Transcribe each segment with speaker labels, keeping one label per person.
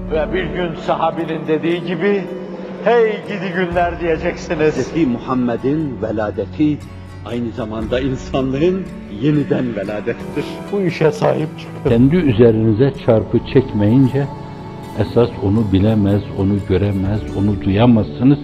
Speaker 1: Ve bir gün sahabinin dediği gibi, hey gidi günler diyeceksiniz.
Speaker 2: Hz. Muhammed'in veladeti aynı zamanda insanlığın yeniden veladettir.
Speaker 1: Bu işe sahip çıkın.
Speaker 3: Kendi üzerinize çarpı çekmeyince, esas onu bilemez, onu göremez, onu duyamazsınız.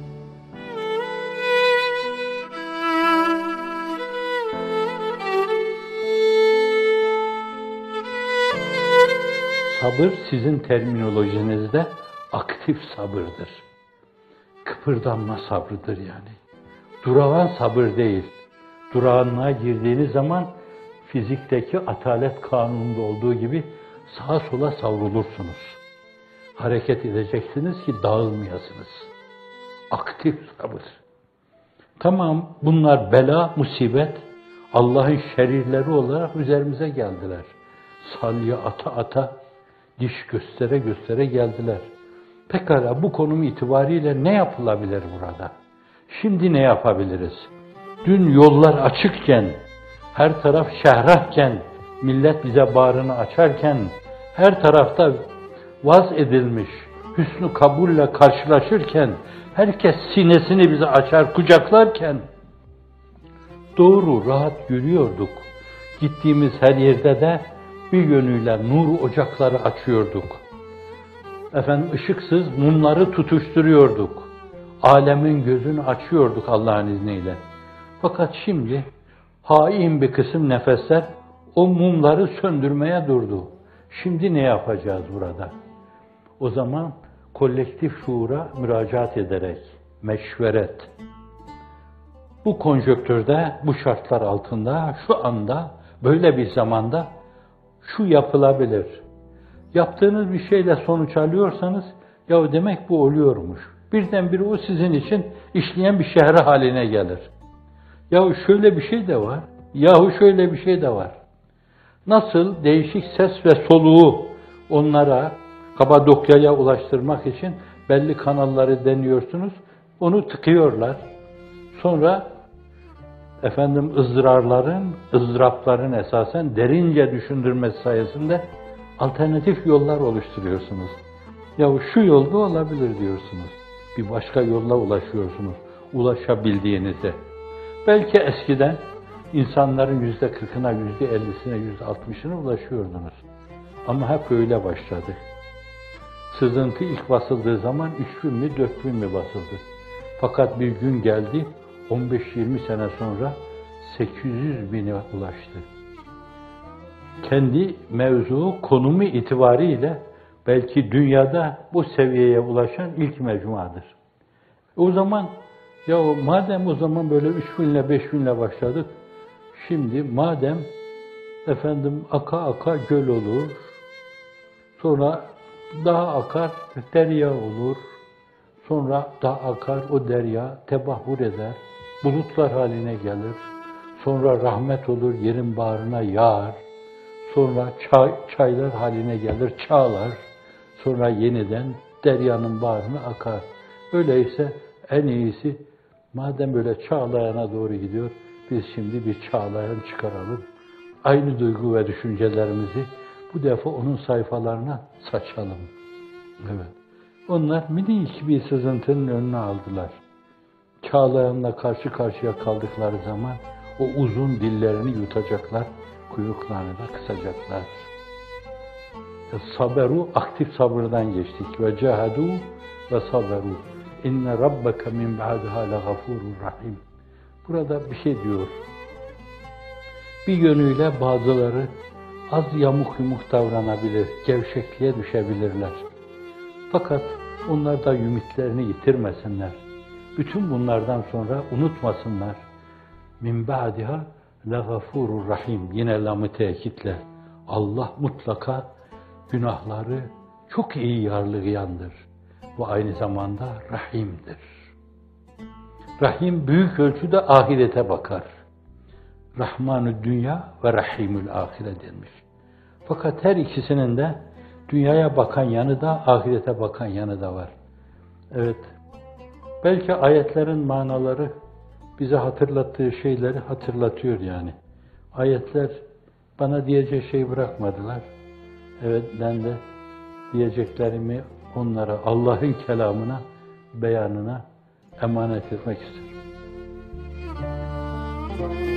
Speaker 3: Sabır sizin terminolojinizde aktif sabırdır. Kıpırdanma sabrıdır yani. Durağan sabır değil. Durağanlığa girdiğiniz zaman fizikteki atalet kanununda olduğu gibi sağa sola savrulursunuz. Hareket edeceksiniz ki dağılmayasınız. Aktif sabır. Tamam, bunlar bela, musibet, Allah'ın şerirleri olarak üzerimize geldiler. Salya ata ata, diş göstere göstere geldiler. Pekala bu konum itibariyle ne yapılabilir burada? Şimdi ne yapabiliriz? Dün yollar açıkken, her taraf şehrahken, millet bize bağrını açarken, her tarafta vaz edilmiş, hüsnü kabulle karşılaşırken, herkes sinesini bize açar, kucaklarken, doğru, rahat yürüyorduk. Gittiğimiz her yerde de bir yönüyle nur ocakları açıyorduk. Işıksız mumları tutuşturuyorduk. Alemin gözünü açıyorduk Allah'ın izniyle. Fakat şimdi hain bir kısım nefesler o mumları söndürmeye durdu. Şimdi ne yapacağız burada? O zaman kolektif şuura müracaat ederek, meşveret. Bu konjonktürde, bu şartlar altında, şu anda, böyle bir zamanda şu yapılabilir. Yaptığınız bir şeyle sonuç alıyorsanız, ya demek bu oluyormuş. Birdenbire o sizin için işleyen bir şehre haline gelir. Yahu şöyle bir şey de var, yahu şöyle bir şey de var. Nasıl değişik ses ve soluğu onlara, Kapadokya'ya ulaştırmak için belli kanalları deniyorsunuz, onu tıkıyorlar. Sonra ızdırapların esasen derince düşündürmesi sayesinde alternatif yollar oluşturuyorsunuz. Yahu şu yolda olabilir diyorsunuz. Bir başka yolla ulaşıyorsunuz. Ulaşabildiğinizde. Belki eskiden insanların %40'ına, %50'sine, %60'ına ulaşıyordunuz. Ama hep öyle başladı. Sızıntı ilk basıldığı zaman 3000 mi, 4000 mi basıldı. Fakat bir gün geldi, 15-20 sene sonra 800 bine ulaştı. Kendi mevzu, konumu itibariyle belki dünyada bu seviyeye ulaşan ilk mecmuadır. O zaman, ya madem o zaman böyle 3000'le 5000'le başladık, şimdi madem aka aka göl olur, sonra daha akar derya olur, sonra daha akar o derya tebahhur eder, bulutlar haline gelir, sonra rahmet olur yerin bağrına yağar, sonra çaylar haline gelir, çağlar, sonra yeniden deryanın bağrına akar. Öyleyse en iyisi, madem böyle çağlayana doğru gidiyor, biz şimdi bir çağlayan çıkaralım. Aynı duygu ve düşüncelerimizi bu defa onun sayfalarına saçalım. Evet. Onlar minik bir sızıntının önüne aldılar. Çağlayanla karşı karşıya kaldıkları zaman o uzun dillerini yutacaklar, kuyruklarını da kısacaklar. Saberu, aktif sabırdan geçtik. Ve cehadu ve saberu. İnne rabbeke min ba'daha legafurur rahim. Burada bir şey diyor. Bir yönüyle bazıları az yamuk yumuk davranabilir, gevşekliğe düşebilirler. Fakat onlar da ümitlerini yitirmesinler. Bütün bunlardan sonra unutmasınlar. Min ba'daha legafurur rahim. Yine lam-ı tekitle. Allah mutlaka günahları çok iyi yargılayandır. Ve aynı zamanda rahimdir. Rahim büyük ölçüde ahirete bakar. Rahmanü dünya ve rahimül ahire denmiş. Fakat her ikisinin de dünyaya bakan yanı da, ahirete bakan yanı da var. Evet, belki ayetlerin manaları bize hatırlattığı şeyleri hatırlatıyor yani. Ayetler bana diyecek şey bırakmadılar. Evet, ben de diyeceklerimi onlara Allah'ın kelamına, beyanına emanet etmek isterim.